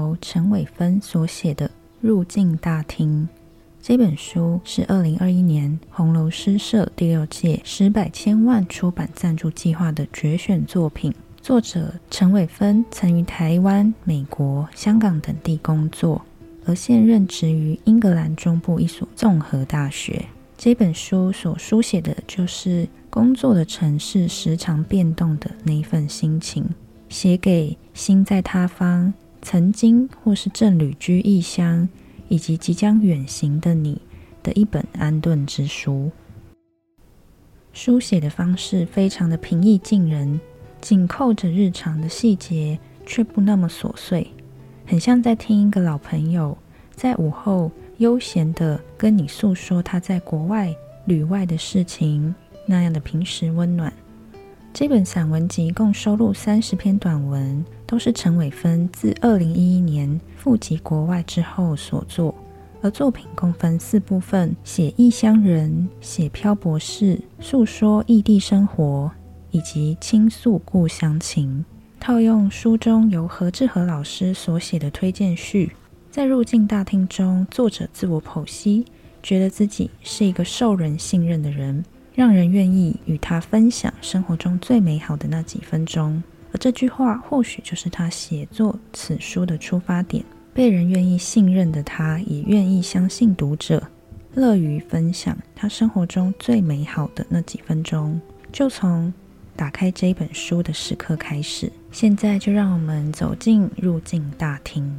由陈伟芬所写的《入境大厅》。这本书是2021年红楼诗社第6届10千万出版赞助计划的决选作品。作者陈伟芬曾于台湾、美国、香港等地工作，而现任职于英格兰中部一所综合大学。这本书所书写的就是工作的城市时常变动的那一份心情，写给心在他方、曾经或是正旅居异乡以及即将远行的你的一本安顿之书。书写的方式非常的平易近人，紧扣着日常的细节，却不那么琐碎，很像在听一个老朋友在午后悠闲地跟你诉说他在国外旅外的事情，那样的平实温暖。这本散文集共收录30篇短文，都是陈伟芬自2011年赴籍国外之后所作，而作品共分4部分：写异乡人、写漂泊事、诉说异地生活，以及倾诉故乡情。套用书中由何志和老师所写的推荐序，在入境大厅中，作者自我剖析，觉得自己是一个受人信任的人，让人愿意与他分享生活中最美好的那几分钟。而这句话或许就是他写作此书的出发点。被人愿意信任的他，也愿意相信读者，乐于分享他生活中最美好的那几分钟。就从打开这本书的时刻开始，现在就让我们走进入境大厅。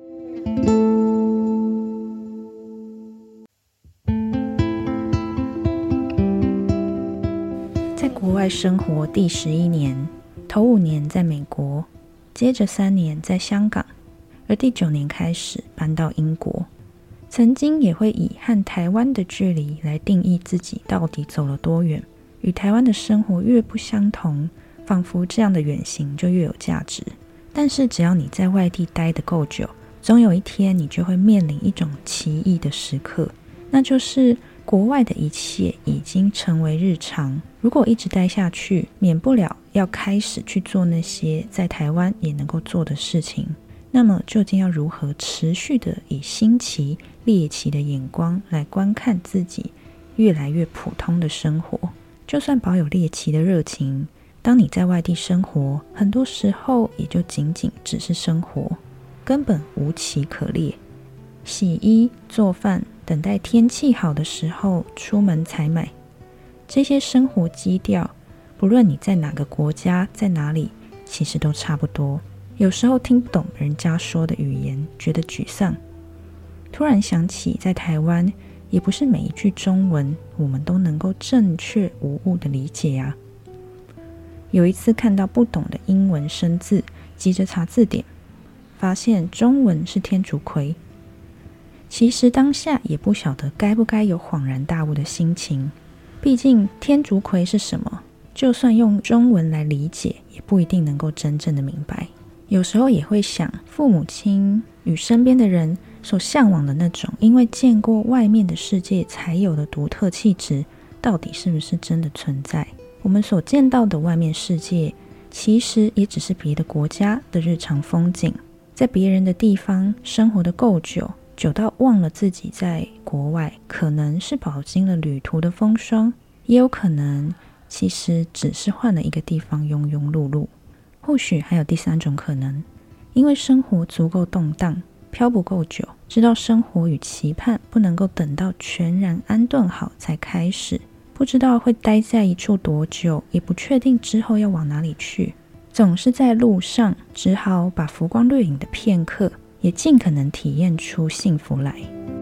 在国外生活第11年，头5年在美国，接着3年在香港，而第9年开始搬到英国。曾经也会以和台湾的距离来定义自己到底走了多远，与台湾的生活越不相同，仿佛这样的远行就越有价值。但是只要你在外地待得够久，总有一天你就会面临一种奇异的时刻，那就是国外的一切已经成为日常。如果一直待下去，免不了要开始去做那些在台湾也能够做的事情。那么究竟要如何持续的以新奇猎奇的眼光来观看自己越来越普通的生活？就算保有猎奇的热情，当你在外地生活，很多时候也就仅仅只是生活，根本无奇可猎。洗衣、做饭，等待天气好的时候出门采买，这些生活基调，不论你在哪个国家，在哪里，其实都差不多。有时候听不懂人家说的语言，觉得沮丧。突然想起在台湾，也不是每一句中文我们都能够正确无误的理解啊。有一次看到不懂的英文生字，急着查字典，发现中文是天竺葵。其实当下也不晓得该不该有恍然大悟的心情，毕竟天竺葵是什么，就算用中文来理解，也不一定能够真正的明白。有时候也会想，父母亲与身边的人所向往的那种因为见过外面的世界才有的独特气质，到底是不是真的存在？我们所见到的外面世界，其实也只是别的国家的日常风景。在别人的地方生活的够久，久到忘了自己在国外，可能是饱经了旅途的风霜，也有可能其实只是换了一个地方庸庸碌碌。或许还有第3种可能，因为生活足够动荡，漂泊够久，知道生活与期盼不能够等到全然安顿好才开始，不知道会待在一处多久，也不确定之后要往哪里去，总是在路上，只好把浮光掠影的片刻也尽可能体验出幸福来。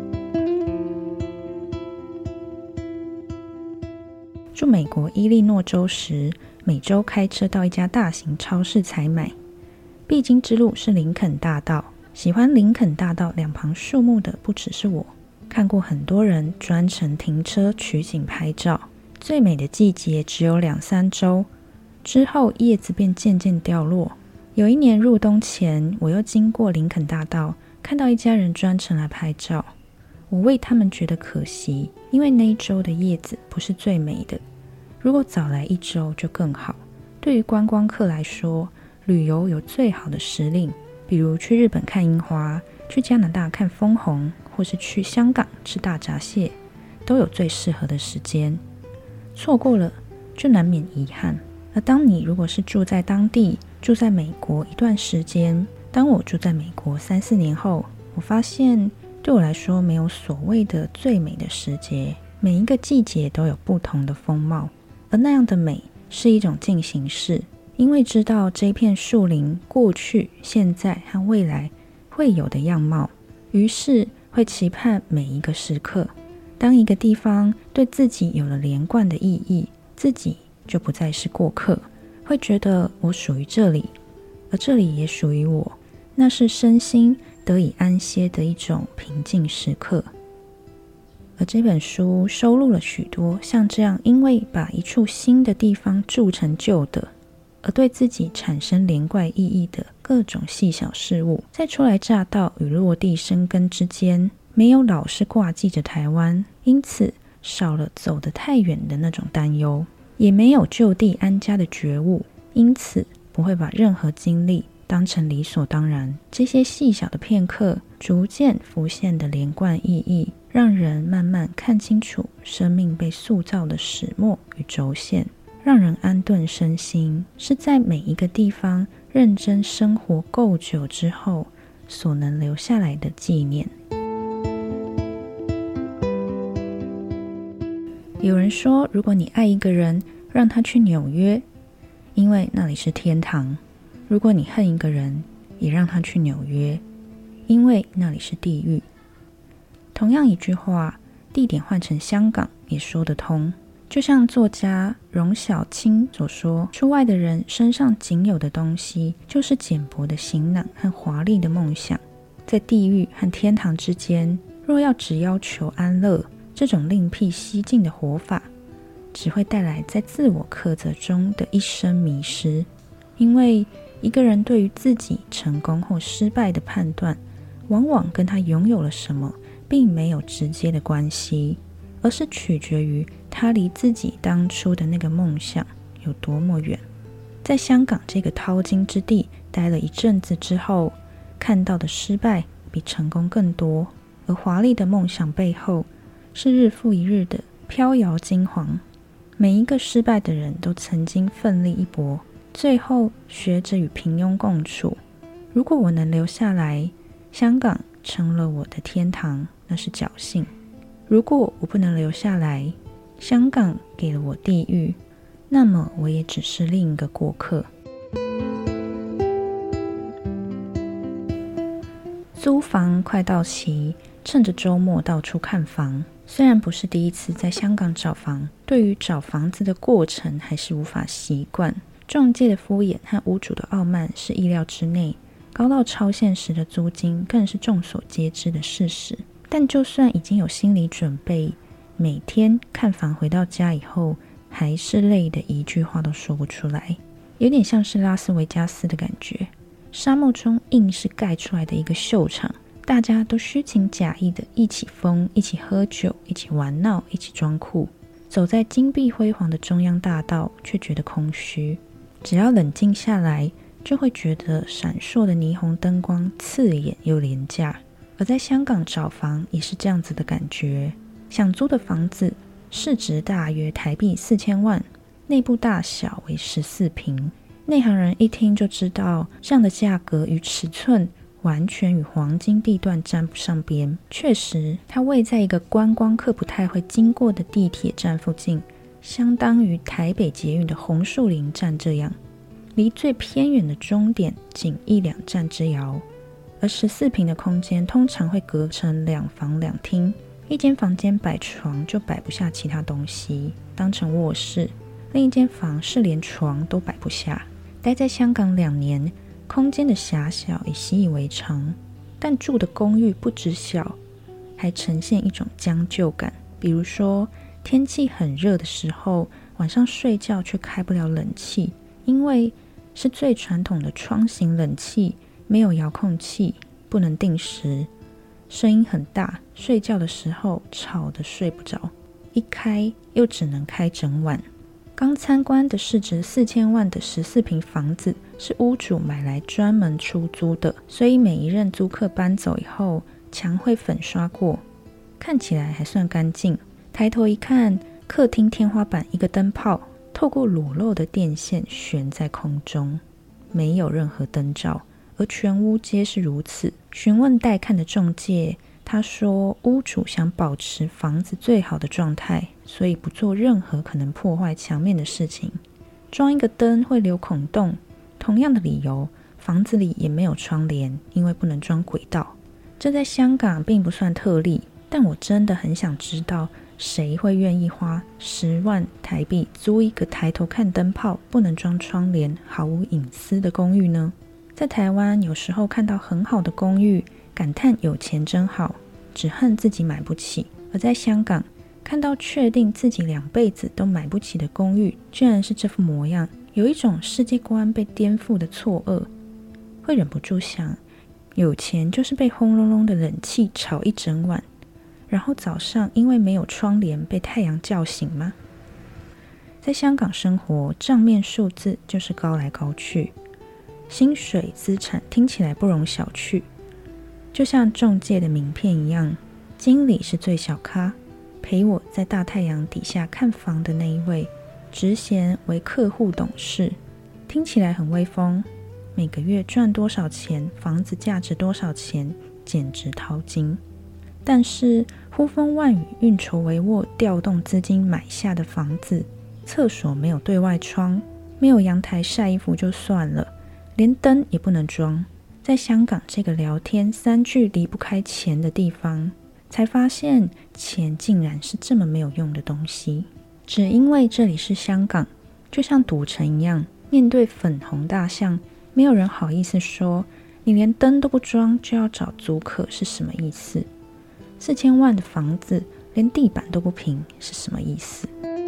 住美国伊利诺州时，每周开车到一家大型超市采买，必经之路是林肯大道。喜欢林肯大道两旁树木的不只是我，看过很多人专程停车取景拍照。最美的季节只有2-3周，之后叶子便渐渐掉落。有一年入冬前，我又经过林肯大道，看到一家人专程来拍照。我为他们觉得可惜，因为那一周的叶子不是最美的，如果早来1周就更好。对于观光客来说，旅游有最好的时令， 比如去日本看樱花，去加拿大看枫红，或是去香港吃大闸蟹，都有最适合的时间。错过了就难免遗憾。而当你如果是住在当地，住在美国一段时间，当我住在美国3-4年后，我发现对我来说没有所谓的最美的时节，每一个季节都有不同的风貌，而那样的美是一种进行式，因为知道这片树林过去、现在和未来会有的样貌，于是会期盼每一个时刻。当一个地方对自己有了连贯的意义，自己就不再是过客，会觉得我属于这里，而这里也属于我，那是身心得以安歇的一种平静时刻。而这本书收录了许多像这样因为把一处新的地方铸成旧的，而对自己产生连贯意义的各种细小事物，在初来乍到与落地生根之间，没有老是挂记着台湾，因此少了走得太远的那种担忧，也没有就地安家的觉悟，因此不会把任何经历当成理所当然。这些细小的片刻逐渐浮现的连贯意义，让人慢慢看清楚生命被塑造的始末与轴线，让人安顿身心，是在每一个地方认真生活够久之后所能留下来的纪念。有人说，如果你爱一个人，让他去纽约，因为那里是天堂；如果你恨一个人，也让他去纽约，因为那里是地狱。同样一句话，地点换成香港也说得通。就像作家荣小青所说，出外的人身上仅有的东西，就是简薄的行囊和华丽的梦想。在地狱和天堂之间，若要只要求安乐，这种另辟蹊径的活法，只会带来在自我苛责中的一生迷失。因为一个人对于自己成功或失败的判断，往往跟他拥有了什么并没有直接的关系，而是取决于他离自己当初的那个梦想有多么远。在香港这个淘金之地待了一阵子之后，看到的失败比成功更多，而华丽的梦想背后是日复一日的飘摇金黄。每一个失败的人都曾经奋力一搏，最后学着与平庸共处。如果我能留下来，香港成了我的天堂，那是侥幸；如果我不能留下来，香港给了我地狱，那么我也只是另一个过客。租房快到期，趁着周末到处看房。虽然不是第一次在香港找房，对于找房子的过程还是无法习惯。中介的敷衍和屋主的傲慢是意料之内，高到超现实的租金更是众所皆知的事实。但就算已经有心理准备，每天看房回到家以后，还是累得一句话都说不出来，有点像是拉斯维加斯的感觉。沙漠中硬是盖出来的一个秀场，大家都虚情假意的一起疯，一起喝酒，一起玩闹，一起装酷。走在金碧辉煌的中央大道，却觉得空虚。只要冷静下来，就会觉得闪烁的霓虹灯光刺眼又廉价。而在香港找房也是这样子的感觉，想租的房子市值大约台币4000万，内部大小为14平。内行人一听就知道，这样的价格与尺寸完全与黄金地段沾不上边。确实，它位在一个观光客不太会经过的地铁站附近，相当于台北捷运的红树林站这样，离最偏远的终点仅1-2站之遥。而14平的空间通常会隔成2房2厅，一间房间摆床就摆不下其他东西，当成卧室；另一间房是连床都摆不下。待在香港2年，空间的狭小也习以为常，但住的公寓不止小，还呈现一种将就感。比如说，天气很热的时候，晚上睡觉却开不了冷气，因为是最传统的窗型冷气，没有遥控器，不能定时，声音很大，睡觉的时候吵得睡不着，一开又只能开整晚。刚参观的市值4000万的14平房子是屋主买来专门出租的，所以每一任租客搬走以后，墙会粉刷过，看起来还算干净。抬头一看，客厅天花板一个灯泡透过裸露的电线悬在空中，没有任何灯罩，而全屋皆是如此。询问带看的仲介，他说屋主想保持房子最好的状态，所以不做任何可能破坏墙面的事情。装一个灯会留孔洞，同样的理由，房子里也没有窗帘，因为不能装轨道。这在香港并不算特例，但我真的很想知道，谁会愿意花10万台币租一个抬头看灯泡、不能装窗帘、毫无隐私的公寓呢？在台湾，有时候看到很好的公寓，感叹有钱真好，只恨自己买不起；而在香港，看到确定自己2辈子都买不起的公寓，居然是这副模样，有一种世界观被颠覆的错愕，会忍不住想，有钱就是被轰隆隆的冷气吵一整晚，然后早上因为没有窗帘被太阳叫醒吗？在香港生活，账面数字就是高来高去，薪水资产听起来不容小觑，就像仲介的名片一样，经理是最小咖，陪我在大太阳底下看房的那一位，职衔为客户董事，听起来很威风，每个月赚多少钱，房子价值多少钱，简直淘金。但是呼风唤雨、运筹帷幄、调动资金买下的房子，厕所没有对外窗，没有阳台晒衣服就算了，连灯也不能装。在香港这个聊天3句离不开钱的地方，才发现钱竟然是这么没有用的东西。只因为这里是香港，就像赌城一样，面对粉红大象，没有人好意思说你连灯都不装就要找租客是什么意思，4000万的房子连地板都不平是什么意思。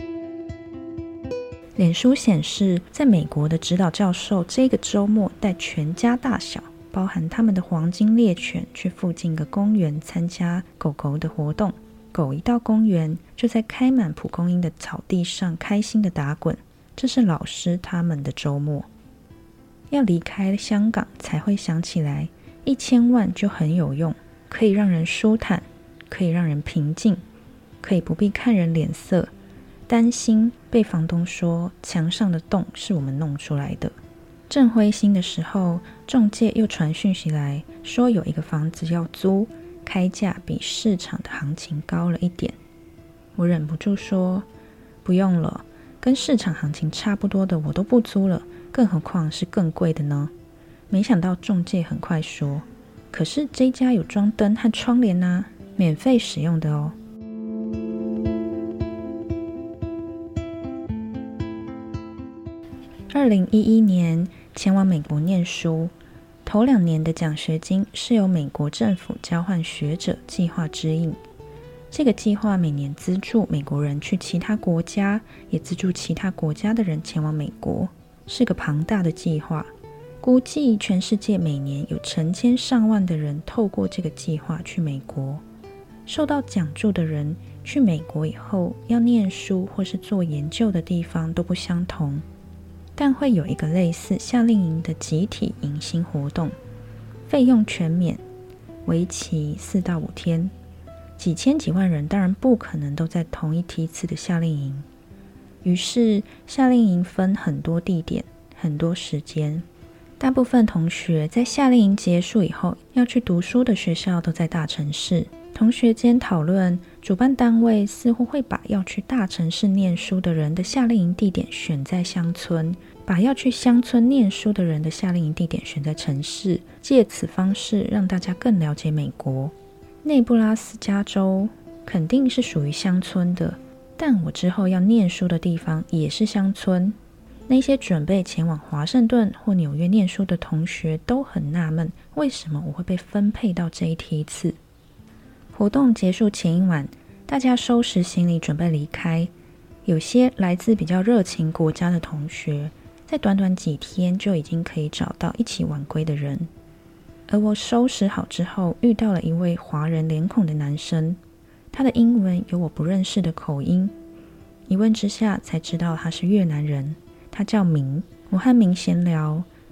脸书显示，在美国的指导教授这个周末带全家大小，包含他们的黄金猎犬，去附近一个公园参加狗狗的活动。狗一到公园，就在开满蒲公英的草地上开心的打滚。这是老师他们的周末。要离开香港才会想起来，1000万就很有用，可以让人舒坦，可以让人平静，可以不必看人脸色，担心被房东说墙上的洞是我们弄出来的。正灰心的时候，仲介又传讯息来说有一个房子要租，开价比市场的行情高了一点。我忍不住说，不用了，跟市场行情差不多的我都不租了，更何况是更贵的呢？没想到仲介很快说，可是这家有装灯和窗帘啊，免费使用的哦。2011年前往美国念书，头2年的奖学金是由美国政府交换学者计划支应。这个计划每年资助美国人去其他国家，也资助其他国家的人前往美国，是个庞大的计划。估计全世界每年有成千上万的人透过这个计划去美国。受到奖助的人去美国以后，要念书或是做研究的地方都不相同，但会有一个类似夏令营的集体迎新活动，费用全免，为期4到5天，几千几万人当然不可能都在同一梯次的夏令营。于是夏令营分很多地点，很多时间。大部分同学在夏令营结束以后要去读书的学校都在大城市，同学间讨论，主办单位似乎会把要去大城市念书的人的夏令营地点选在乡村，把要去乡村念书的人的夏令营地点选在城市，借此方式让大家更了解美国。内布拉斯加州肯定是属于乡村的，但我之后要念书的地方也是乡村。那些准备前往华盛顿或纽约念书的同学都很纳闷，为什么我会被分配到这一梯次。活动结束前一晚，大家收拾行李准备离开。有些来自比较热情国家的同学，在短短几天就已经可以找到一起晚归的人。而我收拾好之后，遇到了一位华人脸孔的男生，他的英文有我不认识的口音，一问之下才知道他是越南人，他叫明。我和明闲聊，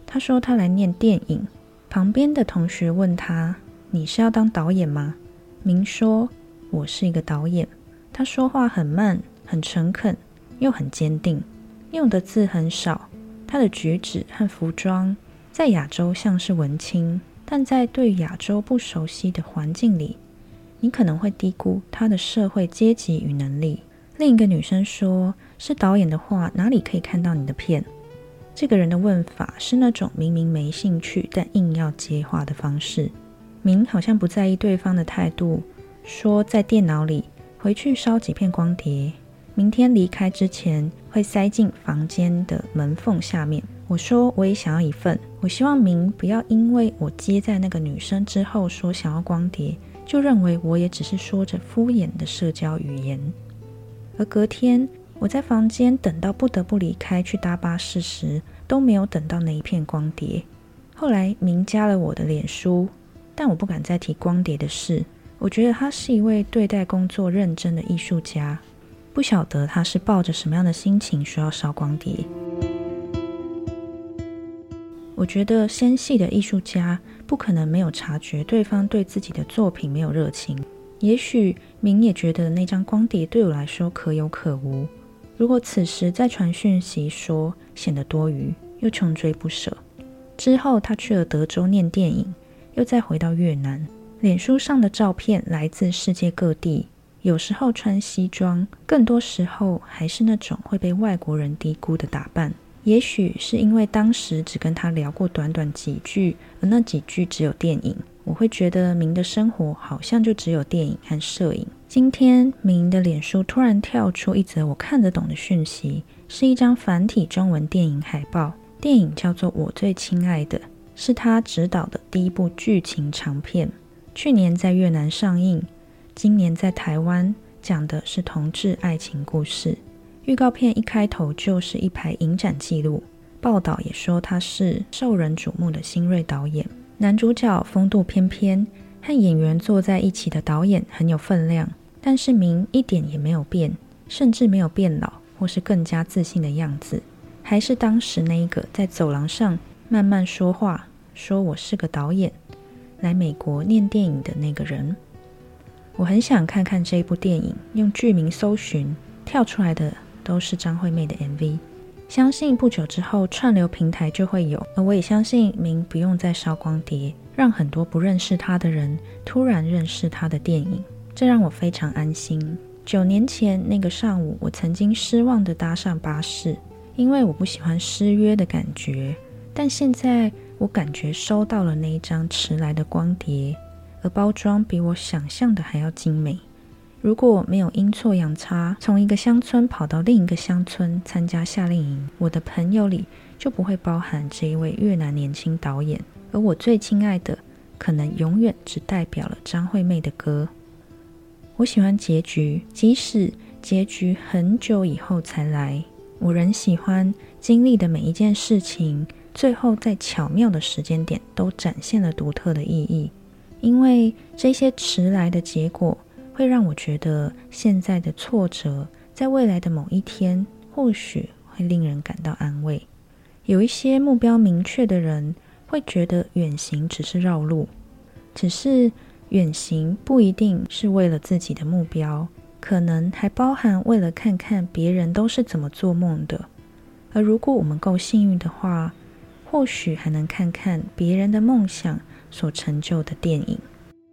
他说他来念电影，旁边的同学问他，你是要当导演吗？明说，我是一个导演。他说话很慢，很诚恳，又很坚定，用的字很少。他的举止和服装在亚洲像是文青，但在对亚洲不熟悉的环境里，你可能会低估他的社会阶级与能力。另一个女生说，是导演的话，哪里可以看到你的片？这个人的问法是那种明明没兴趣但硬要接话的方式。明好像不在意对方的态度，说在电脑里回去烧几片光碟，明天离开之前会塞进房间的门缝下面。我说我也想要一份，我希望明不要因为我接在那个女生之后说想要光碟，就认为我也只是说着敷衍的社交语言。而隔天我在房间等到不得不离开去搭巴士时，都没有等到那一片光碟。后来明加了我的脸书，但我不敢再提光碟的事。我觉得他是一位对待工作认真的艺术家，不晓得他是抱着什么样的心情需要烧光碟。我觉得纤细的艺术家不可能没有察觉对方对自己的作品没有热情。也许明也觉得那张光碟对我来说可有可无，如果此时再传讯息说，显得多余，又穷追不舍。之后他去了德州念电影，又再回到越南。脸书上的照片来自世界各地，有时候穿西装，更多时候还是那种会被外国人低估的打扮。也许是因为当时只跟他聊过短短几句，而那几句只有电影，我会觉得明的生活好像就只有电影和摄影。今天明的脸书突然跳出一则我看得懂的讯息，是一张繁体中文电影海报。电影叫做《我最亲爱的》，是他执导的第一部剧情长片。去年在越南上映，今年在台湾，讲的是同志爱情故事。预告片一开头就是一排影展记录，报道也说他是受人瞩目的新锐导演。男主角风度翩翩，和演员坐在一起的导演很有分量，但是明一点也没有变，甚至没有变老，或是更加自信的样子，还是当时那一个在走廊上慢慢说话，说我是个导演，来美国念电影的那个人。我很想看看这一部电影，用剧名搜寻，跳出来的都是张惠妹的 MV。 相信不久之后串流平台就会有，而我也相信明不用再烧光碟，让很多不认识他的人突然认识他的电影，这让我非常安心。9年前那个上午，我曾经失望地搭上巴士，因为我不喜欢失约的感觉，但现在我感觉收到了那一张迟来的光碟，而包装比我想象的还要精美。如果没有阴错阳差从一个乡村跑到另一个乡村参加夏令营，我的朋友里就不会包含这一位越南年轻导演，而我最亲爱的可能永远只代表了张惠妹的歌。我喜欢结局，即使结局很久以后才来，我仍喜欢经历的每一件事情最后在巧妙的时间点都展现了独特的意义，因为这些迟来的结果会让我觉得现在的挫折在未来的某一天或许会令人感到安慰。有一些目标明确的人会觉得远行只是绕路，只是远行不一定是为了自己的目标，可能还包含为了看看别人都是怎么做梦的。而如果我们够幸运的话，或许还能看看别人的梦想所成就的电影。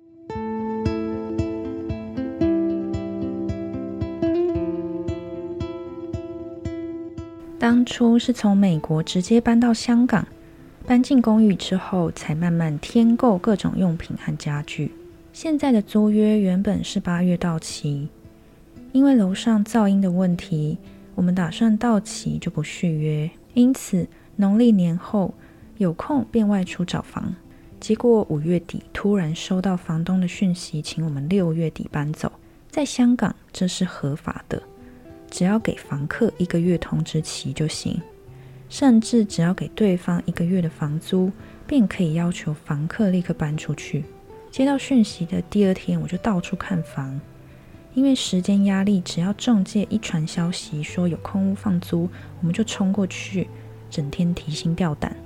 当初是从美国直接搬到香港，搬进公寓之后才慢慢添购各种用品和家具。现在的租约原本是8月到期，因为楼上噪音的问题，我们打算到期就不续约，因此农历年后有空便外出找房。结果5月底突然收到房东的讯息，请我们6月底搬走。在香港这是合法的，只要给房客1个月通知期就行，甚至只要给对方1个月的房租，便可以要求房客立刻搬出去。接到讯息的第2天，我就到处看房，因为时间压力，只要中介一传消息说有空屋放租，我们就冲过去，整天提心吊胆。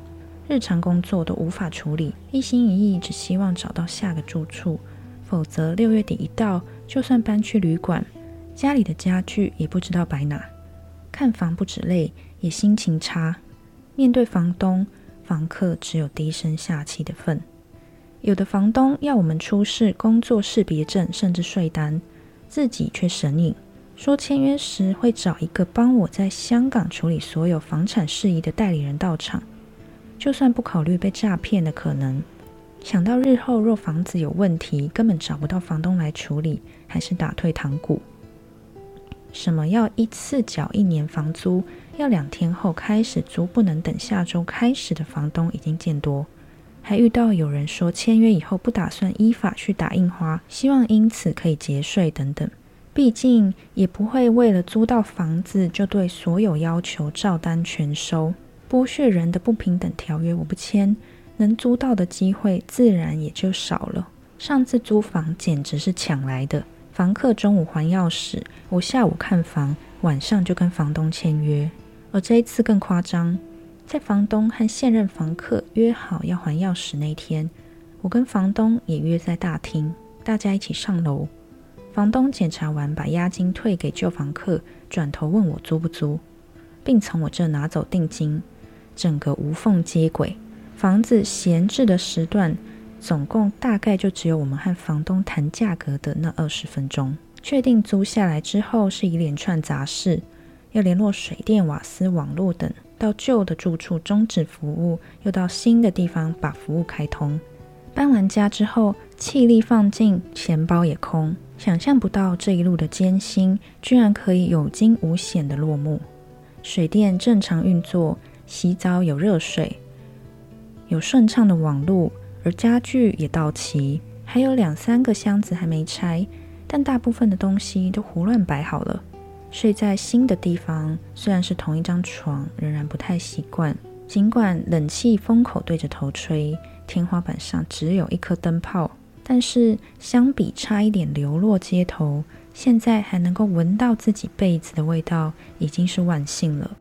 日常工作都无法处理，一心一意只希望找到下个住处，否则6月底一到，就算搬去旅馆，家里的家具也不知道摆哪。看房不止累，也心情差。面对房东，房客只有低声下气的份。有的房东要我们出示工作识别证甚至税单，自己却神隐，说签约时会找一个帮我在香港处理所有房产事宜的代理人到场。就算不考虑被诈骗的可能，想到日后若房子有问题根本找不到房东来处理，还是打退堂鼓。什么要一次缴1年房租，要2天后开始租，不能等下周开始的房东已经见多。还遇到有人说签约以后不打算依法去打印花，希望因此可以节税等等。毕竟也不会为了租到房子就对所有要求照单全收。剥削人的不平等条约我不签，能租到的机会自然也就少了。上次租房简直是抢来的，房客中午还钥匙，我下午看房，晚上就跟房东签约。而这一次更夸张，在房东和现任房客约好要还钥匙那天，我跟房东也约在大厅，大家一起上楼。房东检查完把押金退给旧房客，转头问我租不租，并从我这拿走定金，整个无缝接轨。房子闲置的时段总共大概就只有我们和房东谈价格的那20分钟。确定租下来之后，是一连串杂事，要联络水电、瓦斯、网络等，到旧的住处终止服务，又到新的地方把服务开通。搬完家之后，气力放尽，钱包也空，想象不到这一路的艰辛居然可以有惊无险的落幕。水电正常运作，洗澡有热水，有顺畅的网路，而家具也到齐，还有2-3个箱子还没拆，但大部分的东西都胡乱摆好了。睡在新的地方，虽然是同一张床，仍然不太习惯。尽管冷气风口对着头吹，天花板上只有1颗灯泡，但是相比差一点流落街头，现在还能够闻到自己被子的味道，已经是万幸了。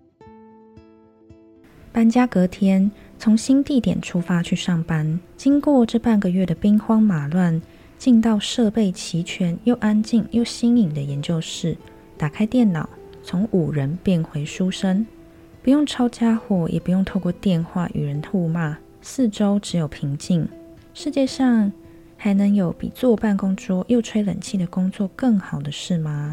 搬家隔天，从新地点出发去上班，经过这半个月的兵荒马乱，进到设备齐全又安静又新颖的研究室，打开电脑，从5人变回书生，不用抄家伙，也不用透过电话与人互骂，四周只有平静。世界上还能有比坐办公桌又吹冷气的工作更好的事吗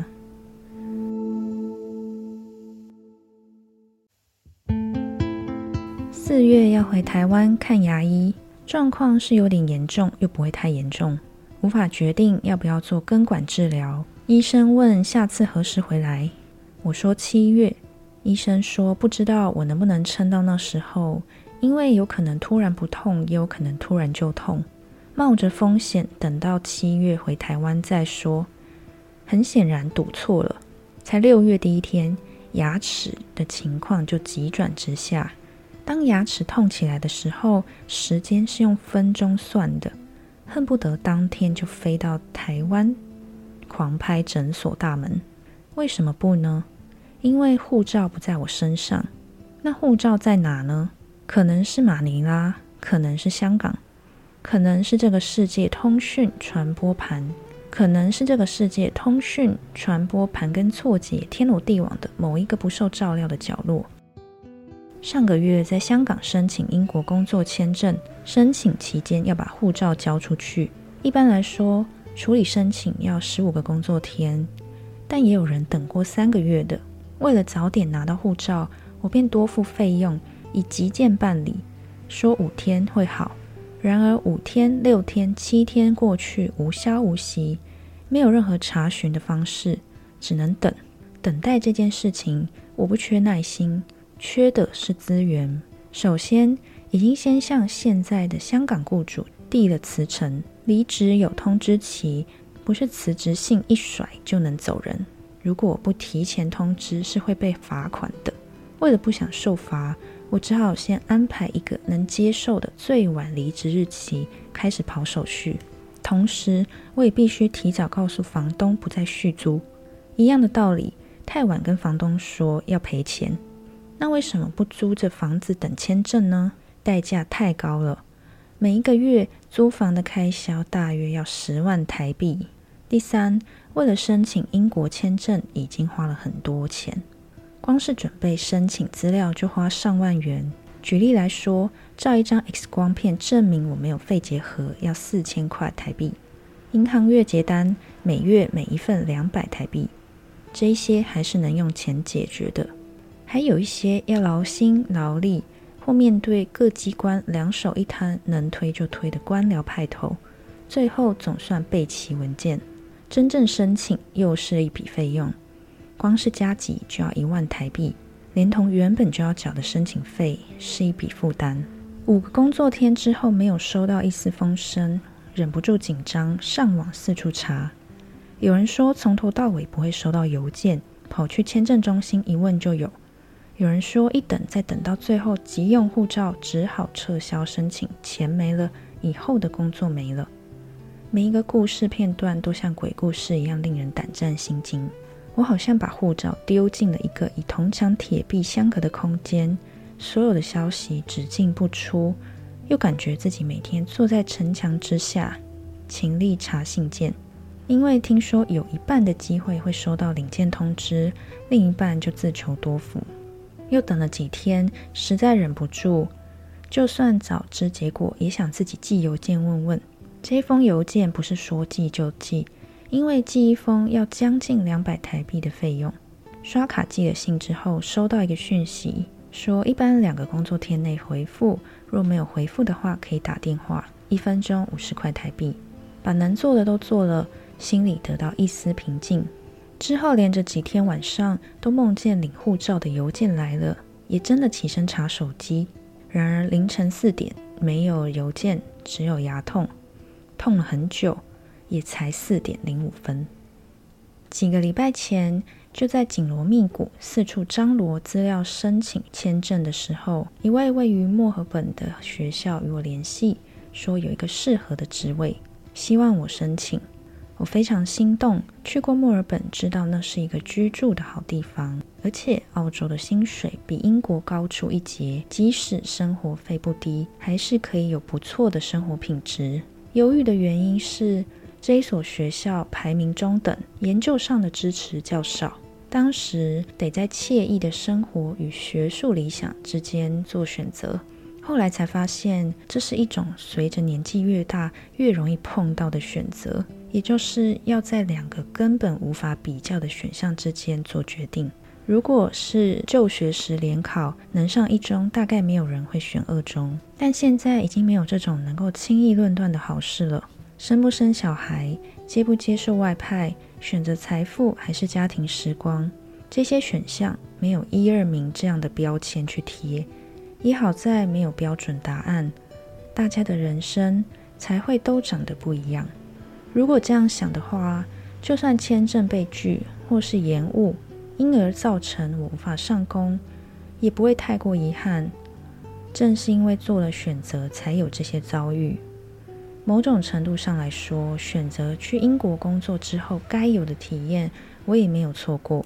？4月要回台湾看牙医，状况是有点严重，又不会太严重，无法决定要不要做根管治疗。医生问下次何时回来，我说7月。医生说不知道我能不能撑到那时候，因为有可能突然不痛，也有可能突然就痛，冒着风险等到7月回台湾再说。很显然赌错了，才6月第1天，牙齿的情况就急转直下。当牙齿痛起来的时候，时间是用分钟算的，恨不得当天就飞到台湾狂拍诊所大门。为什么不呢？因为护照不在我身上。那护照在哪呢？可能是马尼拉，可能是香港，可能是这个世界通讯传播盘，可能是这个世界通讯传播盘根错节、天罗地网的某一个不受照料的角落。上个月在香港申请英国工作签证，申请期间要把护照交出去。一般来说，处理申请要15个工作天，但也有人等过3个月的。为了早点拿到护照，我便多付费用，以急件办理，说5天会好。然而5天、6天、7天过去，无消无息，没有任何查询的方式，只能等。等待这件事情，我不缺耐心，缺的是资源。首先，已经先向现在的香港雇主递了辞呈，离职有通知期，不是辞职信一甩就能走人。如果不提前通知，是会被罚款的。为了不想受罚，我只好先安排一个能接受的最晚离职日期，开始跑手续。同时，我也必须提早告诉房东不再续租。一样的道理，太晚跟房东说要赔钱。那为什么不租着房子等签证呢？ 代价太高了，每一个月租房的开销大约要10万台币。第三，为了申请英国签证已经花了很多钱，光是准备申请资料就花上万元。举例来说，照一张 X 光片证明我没有肺结核要4000块台币，银行月结单每月每一份200台币，这一些还是能用钱解决的。还有一些要劳心劳力或面对各机关两手一摊能推就推的官僚派头，最后总算备齐文件，真正申请又是一笔费用，光是加急就要1万台币，连同原本就要缴的申请费是一笔负担。5个工作天之后没有收到一丝风声，忍不住紧张，上网四处查。有人说从头到尾不会收到邮件，跑去签证中心一问就有。有人说一等再等到最后急用护照，只好撤销申请，钱没了，以后的工作没了。每一个故事片段都像鬼故事一样令人胆战心惊。我好像把护照丢进了一个以铜墙铁壁相隔的空间，所有的消息只进不出，又感觉自己每天坐在城墙之下，勤力查信件。因为听说有一半的机会会收到领件通知，另一半就自求多福。又等了几天，实在忍不住，就算早知结果，也想自己寄邮件问问。这封邮件不是说寄就寄，因为寄一封要将近200台币的费用。刷卡寄了信之后，收到一个讯息，说一般2个工作天内回复，若没有回复的话，可以打电话，1分钟50块台币。把能做的都做了，心里得到一丝平静。之后连着几天晚上都梦见领护照的邮件来了，也真的起身查手机。然而凌晨4点没有邮件，只有牙痛，痛了很久，也才4点05分。几个礼拜前，就在紧锣密鼓四处张罗资料申请签证的时候，一位位于墨尔本的学校与我联系，说有一个适合的职位，希望我申请。我非常心动，去过墨尔本，知道那是一个居住的好地方，而且澳洲的薪水比英国高出一截，即使生活费不低，还是可以有不错的生活品质。犹豫的原因是这一所学校排名中等，研究上的支持较少，当时得在惬意的生活与学术理想之间做选择。后来才发现，这是一种随着年纪越大越容易碰到的选择，也就是要在2个根本无法比较的选项之间做决定。如果是就学时联考，能上1中，大概没有人会选2中，但现在已经没有这种能够轻易论断的好事了。生不生小孩，接不接受外派，选择财富还是家庭时光，这些选项没有1、2名这样的标签去贴，也好在没有标准答案，大家的人生才会都长得不一样。如果这样想的话，就算签证被拒或是延误，因而造成我无法上工，也不会太过遗憾。正是因为做了选择，才有这些遭遇。某种程度上来说，选择去英国工作之后该有的体验，我也没有错过。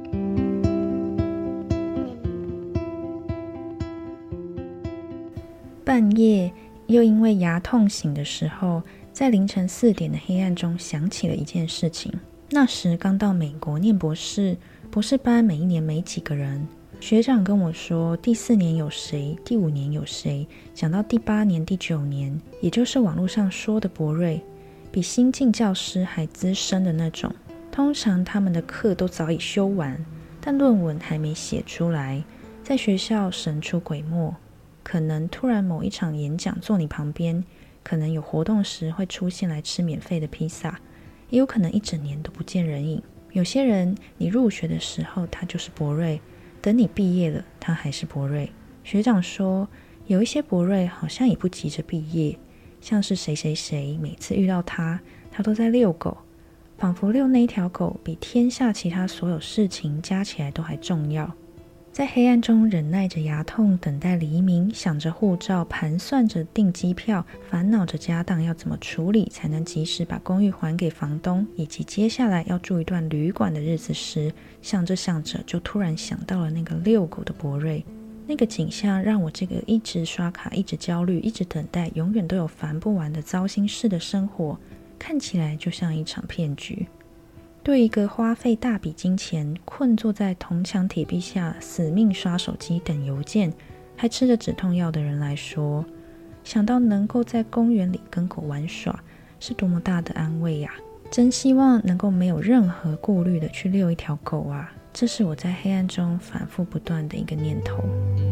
半夜又因为牙痛醒的时候，在凌晨4点的黑暗中想起了一件事情。那时刚到美国念博士，博士班每一年没几个人，学长跟我说第4年有谁，第5年有谁，讲到第8年第9年，也就是网络上说的博瑞，比新进教师还资深的那种。通常他们的课都早已修完，但论文还没写出来，在学校神出鬼没，可能突然某一场演讲坐你旁边，可能有活动时会出现来吃免费的披萨，也有可能一整年都不见人影。有些人你入学的时候他就是博瑞，等你毕业了他还是博瑞。学长说有一些博瑞好像也不急着毕业，像是谁谁谁每次遇到他都在遛狗，仿佛遛那一条狗比天下其他所有事情加起来都还重要。在黑暗中忍耐着牙痛，等待黎明，想着护照，盘算着订机票，烦恼着家当要怎么处理才能及时把公寓还给房东，以及接下来要住一段旅馆的日子时，想着想着就突然想到了那个遛狗的博瑞。 那个景象让我这个一直刷卡、一直焦虑、一直等待、永远都有烦不完的糟心事的生活，看起来就像一场骗局。对一个花费大笔金钱、困坐在铜墙铁壁下死命刷手机等邮件，还吃着止痛药的人来说，想到能够在公园里跟狗玩耍，是多么大的安慰呀！真希望能够没有任何顾虑的去遛一条狗啊！这是我在黑暗中反复不断的一个念头。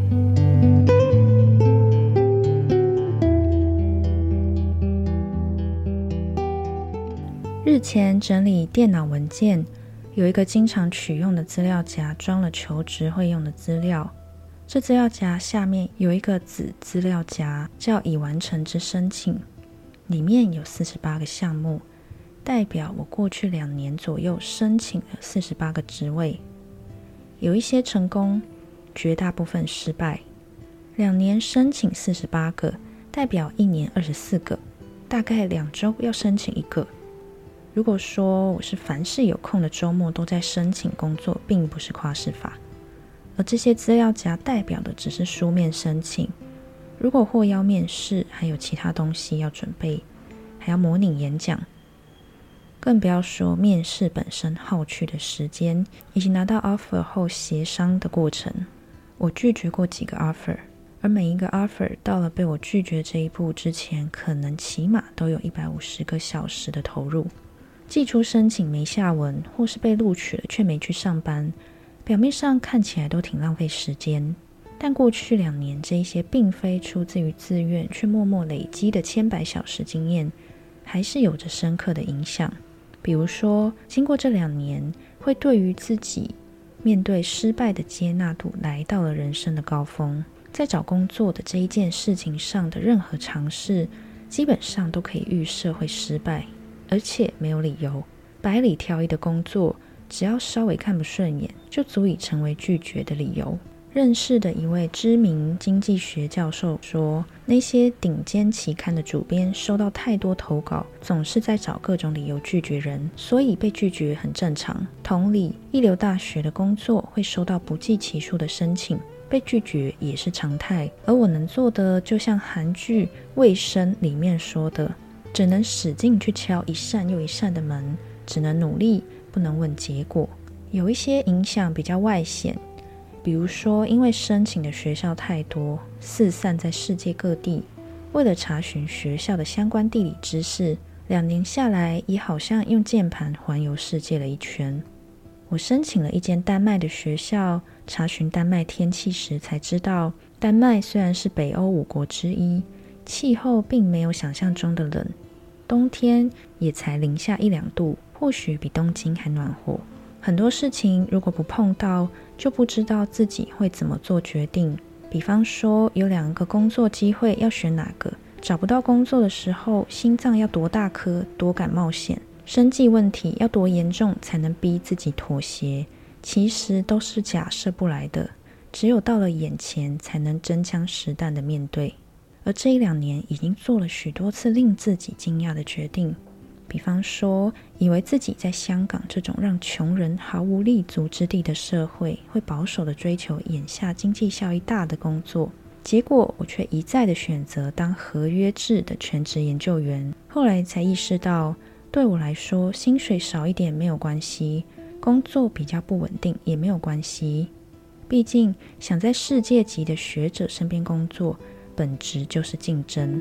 日前整理电脑文件，有一个经常取用的资料夹装了求职会用的资料。这资料夹下面有一个子资料夹，叫已完成之申请，里面有48个项目，代表我过去2年左右申请了48个职位，有一些成功，绝大部分失败。2年申请48个，代表1年24个，大概2周要申请1个。如果说我是凡是有空的周末都在申请工作，并不是夸饰法。而这些资料夹代表的只是书面申请，如果获邀面试，还有其他东西要准备，还要模拟演讲，更不要说面试本身耗去的时间，以及拿到 offer 后协商的过程。我拒绝过几个 offer， 而每一个 offer 到了被我拒绝这一步之前，可能起码都有150个小时的投入。寄出申请没下文，或是被录取了却没去上班，表面上看起来都挺浪费时间，但过去2年这一些并非出自于自愿却默默累积的千百小时经验，还是有着深刻的影响。比如说，经过这2年，会对于自己面对失败的接纳度来到了人生的高峰。在找工作的这一件事情上的任何尝试，基本上都可以预设会失败，而且没有理由。百里挑一的工作，只要稍微看不顺眼，就足以成为拒绝的理由。认识的一位知名经济学教授说，那些顶尖期刊的主编收到太多投稿，总是在找各种理由拒绝人，所以被拒绝很正常。同理，一流大学的工作会收到不计其数的申请，被拒绝也是常态。而我能做的，就像韩剧《卫生》里面说的，只能使劲去敲一扇又一扇的门，只能努力，不能问结果。有一些影响比较外显，比如说因为申请的学校太多，四散在世界各地，为了查询学校的相关地理知识，2年下来也好像用键盘环游世界了一圈。我申请了一间丹麦的学校，查询丹麦天气时才知道，丹麦虽然是北欧5国之一，气候并没有想象中的冷，冬天也才零下1-2度，或许比东京还暖和。很多事情如果不碰到，就不知道自己会怎么做决定。比方说，有2个工作机会，要选哪个？找不到工作的时候，心脏要多大颗，多敢冒险？生计问题要多严重才能逼自己妥协？其实都是假设不来的，只有到了眼前才能真枪实弹的面对。而这1-2年已经做了许多次令自己惊讶的决定，比方说，以为自己在香港这种让穷人毫无立足之地的社会，会保守的追求眼下经济效益大的工作，结果我却一再的选择当合约制的全职研究员。后来才意识到，对我来说，薪水少一点没有关系，工作比较不稳定也没有关系，毕竟想在世界级的学者身边工作，本质就是竞争。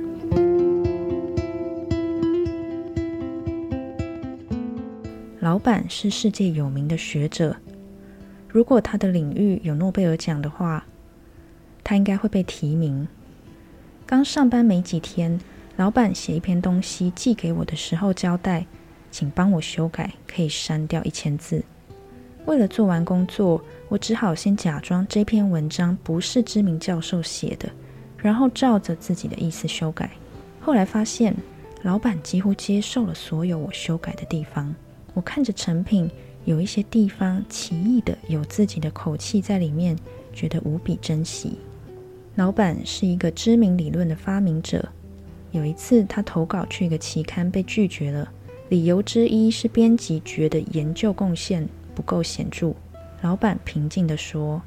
老板是世界有名的学者，如果他的领域有诺贝尔奖的话，他应该会被提名。刚上班没几天，老板写一篇东西寄给我的时候交代，请帮我修改，可以删掉1000字。为了做完工作，我只好先假装这篇文章不是知名教授写的，然后照着自己的意思修改。后来发现，老板几乎接受了所有我修改的地方。我看着成品，有一些地方奇异的有自己的口气在里面，觉得无比珍惜。老板是一个知名理论的发明者，有一次他投稿去一个期刊被拒绝了，理由之一是编辑觉得研究贡献不够显著。老板平静地说，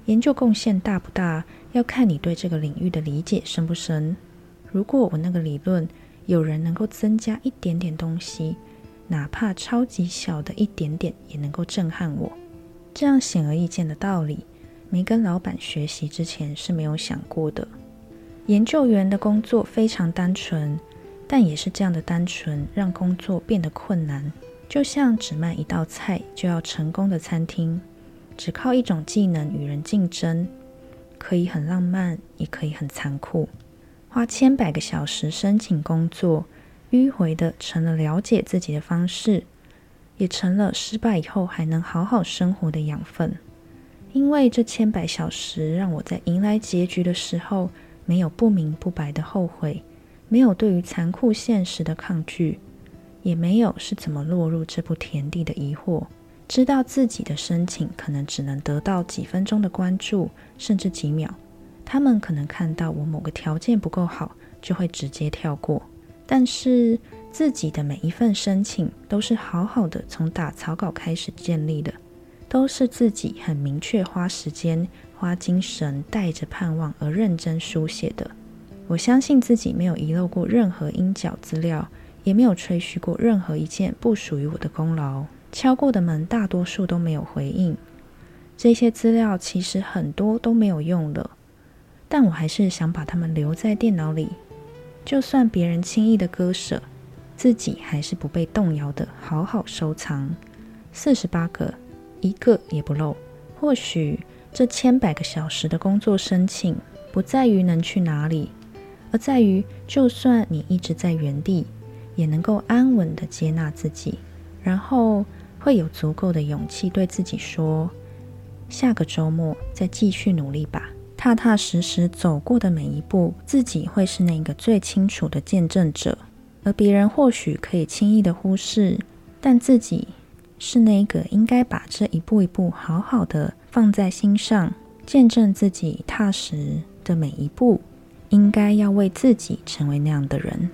研究贡献大不大，要看你对这个领域的理解深不深。如果我那个理论有人能够增加一点点东西，哪怕超级小的一点点也能够震撼我，这样显而易见的道理，没跟老板学习之前是没有想过的。研究员的工作非常单纯，但也是这样的单纯让工作变得困难。就像只卖一道菜就要成功的餐厅，只靠一种技能与人竞争，可以很浪漫，也可以很残酷。花千百个小时申请工作，迂回的成了了解自己的方式，也成了失败以后还能好好生活的养分。因为这千百小时让我在迎来结局的时候，没有不明不白的后悔，没有对于残酷现实的抗拒，也没有是怎么落入这步田地的疑惑。知道自己的申请可能只能得到几分钟的关注，甚至几秒，他们可能看到我某个条件不够好，就会直接跳过。但是自己的每一份申请都是好好的从打草稿开始建立的，都是自己很明确花时间花精神带着盼望而认真书写的。我相信自己没有遗漏过任何应缴资料，也没有吹嘘过任何一件不属于我的功劳。敲过的门大多数都没有回应，这些资料其实很多都没有用了，但我还是想把它们留在电脑里，就算别人轻易的割舍，自己还是不被动摇的好好收藏。48个，一个也不漏。或许这千百个小时的工作申请不在于能去哪里，而在于就算你一直在原地，也能够安稳的接纳自己，然后会有足够的勇气对自己说，下个周末再继续努力吧。踏踏实实走过的每一步，自己会是那个最清楚的见证者，而别人或许可以轻易的忽视，但自己是那个应该把这一步一步好好的放在心上，见证自己踏实的每一步，应该要为自己成为那样的人。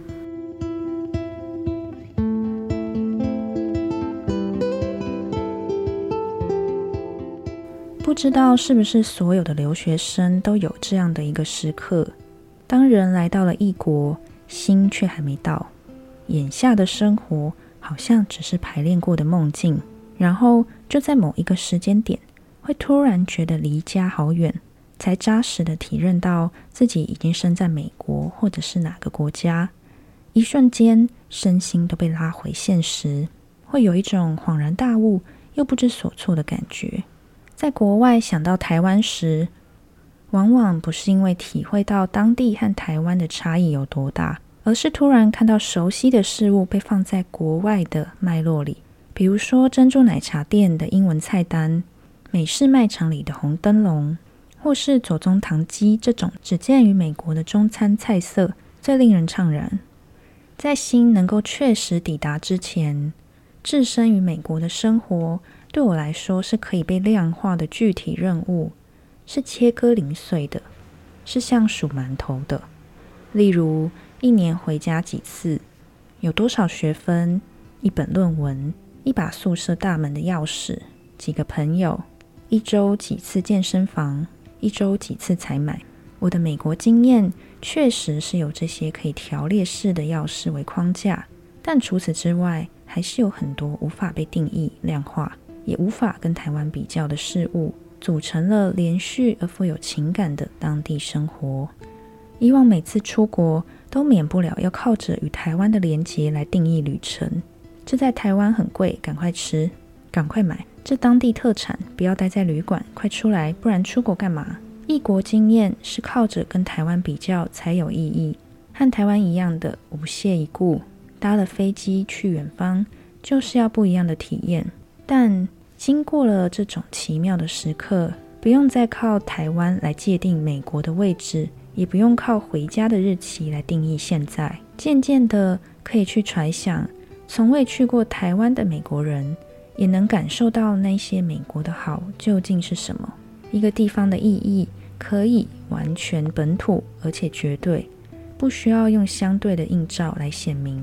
不知道是不是所有的留学生都有这样的一个时刻，当人来到了异国，心却还没到，眼下的生活好像只是排练过的梦境，然后就在某一个时间点，会突然觉得离家好远，才扎实的体认到自己已经身在美国或者是哪个国家，一瞬间身心都被拉回现实，会有一种恍然大悟又不知所措的感觉。在国外想到台湾时，往往不是因为体会到当地和台湾的差异有多大，而是突然看到熟悉的事物被放在国外的脉络里，比如说珍珠奶茶店的英文菜单，美式卖场里的红灯笼，或是左宗棠鸡这种只见于美国的中餐菜色，最令人怅然。在心能够确实抵达之前，置身于美国的生活对我来说是可以被量化的具体任务，是切割零碎的，是像数馒头的。例如一年回家几次，有多少学分，一本论文，一把宿舍大门的钥匙，几个朋友，一周几次健身房，一周几次采买。我的美国经验确实是有这些可以条列式的钥匙为框架，但除此之外，还是有很多无法被定义量化，也无法跟台湾比较的事物，组成了连续而富有情感的当地生活。以往每次出国都免不了要靠着与台湾的连结来定义旅程，这在台湾很贵，赶快吃，赶快买，这当地特产，不要待在旅馆，快出来，不然出国干嘛？异国经验是靠着跟台湾比较才有意义，和台湾一样的无懈一顾，搭了飞机去远方，就是要不一样的体验。但经过了这种奇妙的时刻，不用再靠台湾来界定美国的位置，也不用靠回家的日期来定义现在，渐渐的可以去揣想，从未去过台湾的美国人也能感受到那些美国的好究竟是什么。一个地方的意义可以完全本土，而且绝对不需要用相对的映照来显明。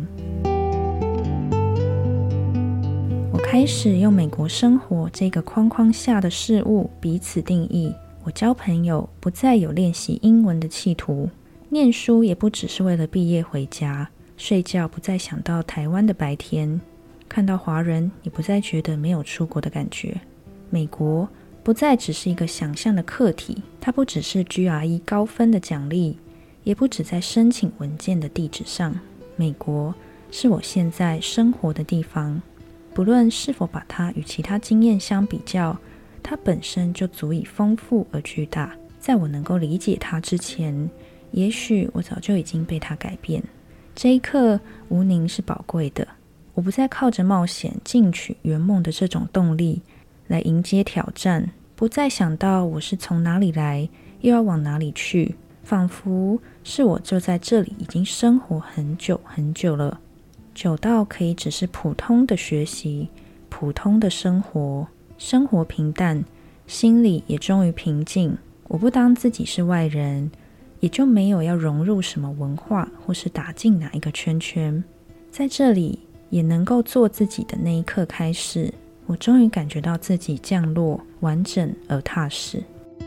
我开始用美国生活这个框框下的事物彼此定义， 我交朋友不再有练习英文的企图，念书也不只是为了毕业回家，睡觉不再想到台湾的白天，看到华人也不再觉得没有出国的感觉。美国不再只是一个想象的课题，它不只是 GRE 高分的奖励，也不只在申请文件的地址上。美国是我现在生活的地方，不论是否把它与其他经验相比较，它本身就足以丰富而巨大。在我能够理解它之前，也许我早就已经被它改变。这一刻，吴宁是宝贵的。我不再靠着冒险进取圆梦的这种动力来迎接挑战，不再想到我是从哪里来，又要往哪里去，仿佛是我就在这里已经生活很久很久了，久到可以只是普通的学习，普通的生活，生活平淡，心里也终于平静。我不当自己是外人，也就没有要融入什么文化或是打进哪一个圈圈。在这里也能够做自己的那一刻开始，我终于感觉到自己降落，完整而踏实。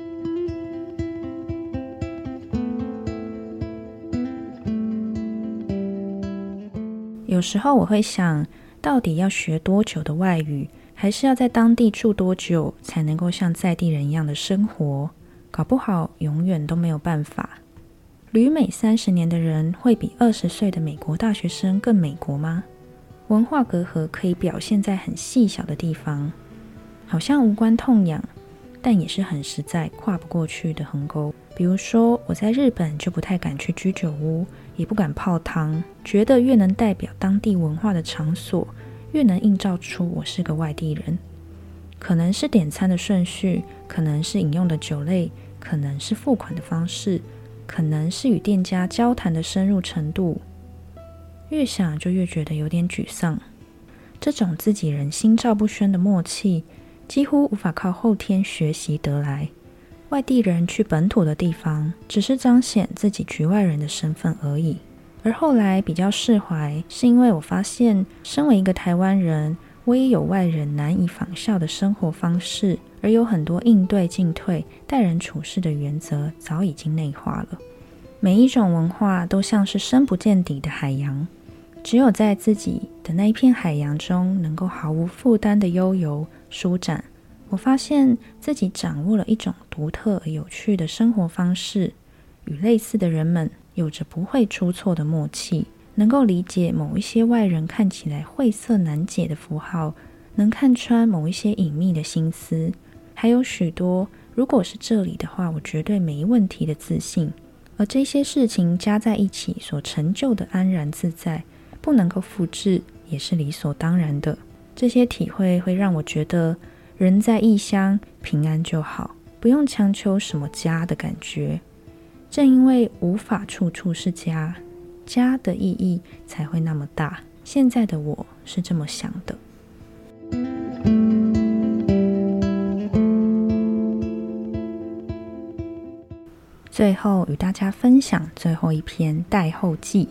有时候我会想，到底要学多久的外语，还是要在当地住多久才能够像在地人一样的生活？搞不好永远都没有办法。旅美30年的人会比20岁的美国大学生更美国吗？文化隔阂可以表现在很细小的地方，好像无关痛痒，但也是很实在跨不过去的鸿沟。比如说我在日本就不太敢去居酒屋，也不敢泡汤，觉得越能代表当地文化的场所，越能映照出我是个外地人。可能是点餐的顺序，可能是饮用的酒类，可能是付款的方式，可能是与店家交谈的深入程度。越想就越觉得有点沮丧。这种自己人心照不宣的默契，几乎无法靠后天学习得来。外地人去本土的地方，只是彰显自己局外人的身份而已。而后来比较释怀，是因为我发现，身为一个台湾人，我也有外人难以仿效的生活方式，而有很多应对进退、待人处事的原则早已经内化了。每一种文化都像是深不见底的海洋，只有在自己的那一片海洋中能够毫无负担的悠游舒展。我发现自己掌握了一种独特而有趣的生活方式，与类似的人们有着不会出错的默契，能够理解某一些外人看起来晦涩难解的符号，能看穿某一些隐秘的心思，还有许多如果是这里的话我绝对没问题的自信。而这些事情加在一起所成就的安然自在，不能够复制，也是理所当然的。这些体会会让我觉得人在异乡平安就好，不用强求什么家的感觉。正因为无法处处是家，家的意义才会那么大。现在的我是这么想的。最后与大家分享最后一篇待后记。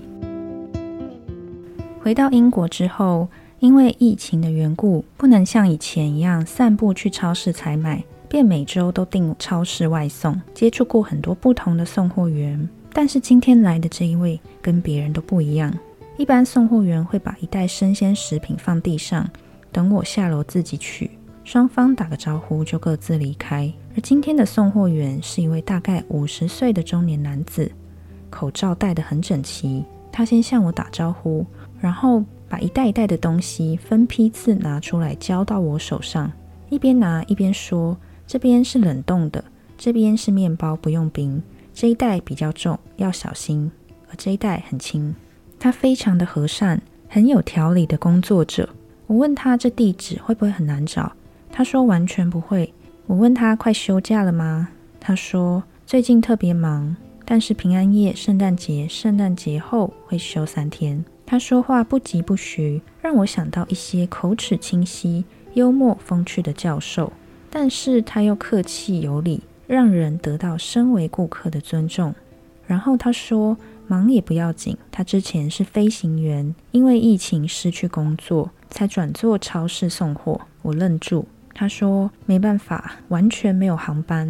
回到英国之后，因为疫情的缘故，不能像以前一样散步去超市采买，便每周都订超市外送，接触过很多不同的送货员。但是今天来的这一位跟别人都不一样。一般送货员会把一袋生鲜食品放地上，等我下楼自己取，双方打个招呼就各自离开。而今天的送货员是一位大概50岁的中年男子，口罩戴得很整齐。他先向我打招呼，然后把一袋一袋的东西分批次拿出来交到我手上，一边拿一边说，这边是冷冻的，这边是面包不用冰，这一袋比较重要小心，而这一袋很轻。他非常的和善，很有条理的工作者。我问他这地址会不会很难找，他说完全不会。我问他快休假了吗？他说最近特别忙，但是平安夜、圣诞节后会休3天。他说话不疾不徐，让我想到一些口齿清晰、幽默风趣的教授，但是他又客气有礼，让人得到身为顾客的尊重。然后他说忙也不要紧，他之前是飞行员，因为疫情失去工作，才转做超市送货。我愣住，他说没办法，完全没有航班。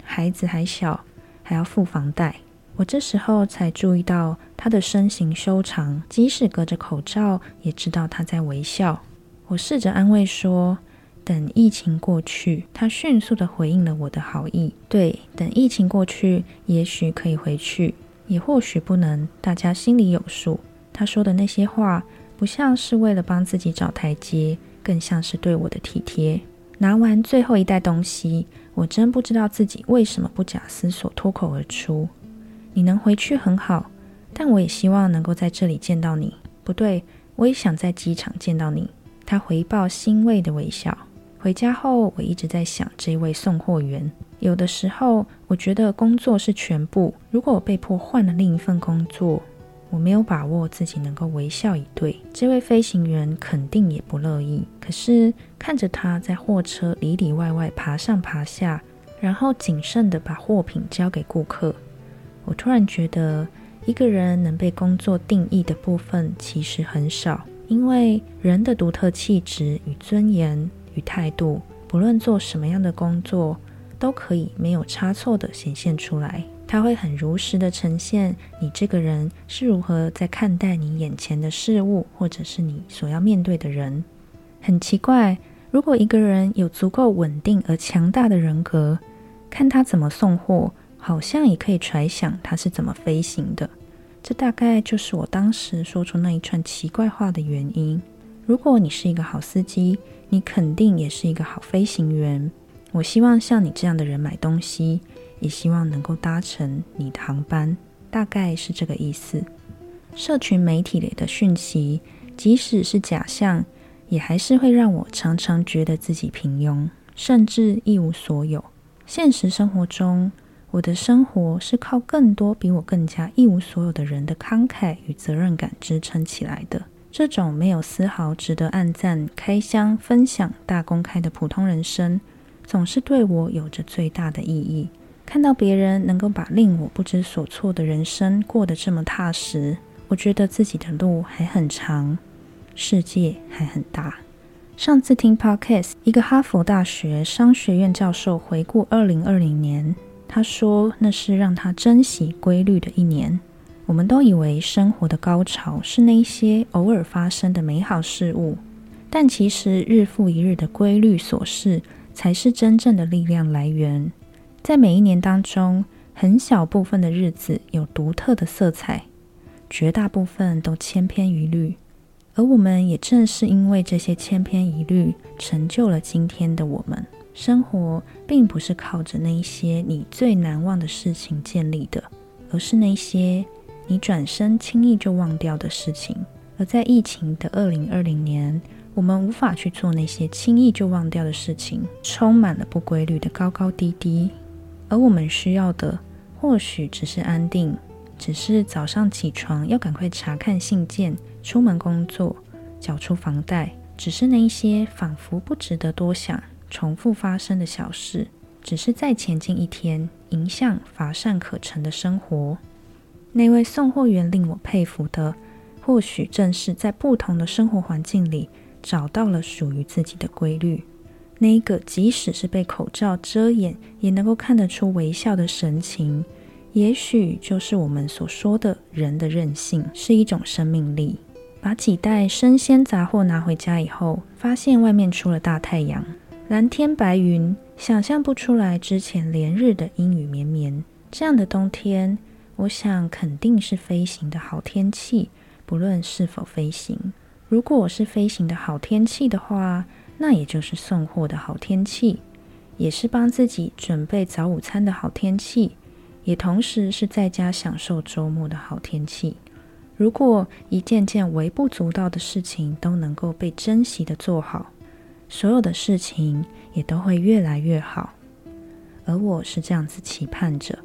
孩子还小，还要付房贷。我这时候才注意到他的身形修长，即使隔着口罩也知道他在微笑。我试着安慰说，等疫情过去。他迅速地回应了我的好意，对，等疫情过去，也许可以回去，也或许不能，大家心里有数。他说的那些话不像是为了帮自己找台阶，更像是对我的体贴。拿完最后一袋东西，我真不知道自己为什么不假思索脱口而出，你能回去很好，但我也希望能够在这里见到你。不对，我也想在机场见到你。他回报欣慰的微笑。回家后，我一直在想这位送货员。有的时候我觉得工作是全部，如果我被迫换了另一份工作，我没有把握自己能够微笑以对。这位飞行员肯定也不乐意，可是看着他在货车里里外外爬上爬下，然后谨慎地把货品交给顾客，我突然觉得一个人能被工作定义的部分其实很少，因为人的独特气质与尊严与态度，不论做什么样的工作，都可以没有差错地显现出来。它会很如实地呈现你这个人是如何在看待你眼前的事物，或者是你所要面对的人。很奇怪，如果一个人有足够稳定而强大的人格，看他怎么送货，好像也可以揣想他是怎么飞行的。这大概就是我当时说出那一串奇怪话的原因。如果你是一个好司机，你肯定也是一个好飞行员。我希望像你这样的人买东西，也希望能够搭乘你的航班，大概是这个意思。社群媒体里的讯息，即使是假象，也还是会让我常常觉得自己平庸，甚至一无所有。现实生活中，我的生活是靠更多比我更加一无所有的人的慷慨与责任感支撑起来的。这种没有丝毫值得按赞、开箱、分享、大公开的普通人生，总是对我有着最大的意义。看到别人能够把令我不知所措的人生过得这么踏实，我觉得自己的路还很长，世界还很大。上次听 Podcast， 一个哈佛大学商学院教授回顾2020年，他说那是让他珍惜规律的一年。我们都以为生活的高潮是那些偶尔发生的美好事物，但其实日复一日的规律琐事才是真正的力量来源。在每一年当中，很小部分的日子有独特的色彩，绝大部分都千篇一律。而我们也正是因为这些千篇一律，成就了今天的我们。生活并不是靠着那些你最难忘的事情建立的，而是那些你转身轻易就忘掉的事情。而在疫情的2020年，我们无法去做那些轻易就忘掉的事情，充满了不规律的高高低低。而我们需要的或许只是安定，只是早上起床要赶快查看信件，出门工作，缴出房贷，只是那一些仿佛不值得多想，重复发生的小事，只是再前进一天，迎向乏善可陈的生活。那位送货员令我佩服的，或许正是在不同的生活环境里找到了属于自己的规律。那一个即使是被口罩遮掩，也能够看得出微笑的神情，也许就是我们所说的人的韧性，是一种生命力。把几袋生鲜杂货拿回家以后，发现外面出了大太阳，蓝天白云，想象不出来之前连日的阴雨绵绵。这样的冬天，我想肯定是飞行的好天气，不论是否飞行。如果我是飞行的好天气的话，那也就是送货的好天气，也是帮自己准备早午餐的好天气，也同时是在家享受周末的好天气。如果一件件微不足道的事情都能够被珍惜的做好，所有的事情也都会越来越好。而我是这样子期盼着。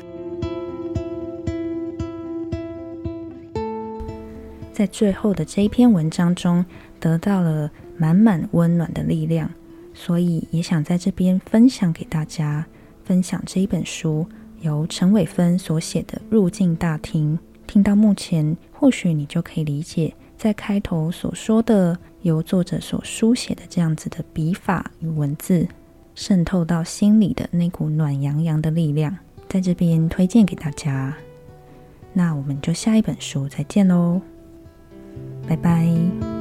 在最后的这一篇文章中，得到了满满温暖的力量，所以也想在这边分享给大家，分享这一本书由陈伟芬所写的《入境大厅》。听到目前，或许你就可以理解在开头所说的由作者所书写的这样子的笔法与文字。 渗透到心里的那股暖洋洋的力量，在这边推荐给大家。那我们就下一本书再见咯，拜拜。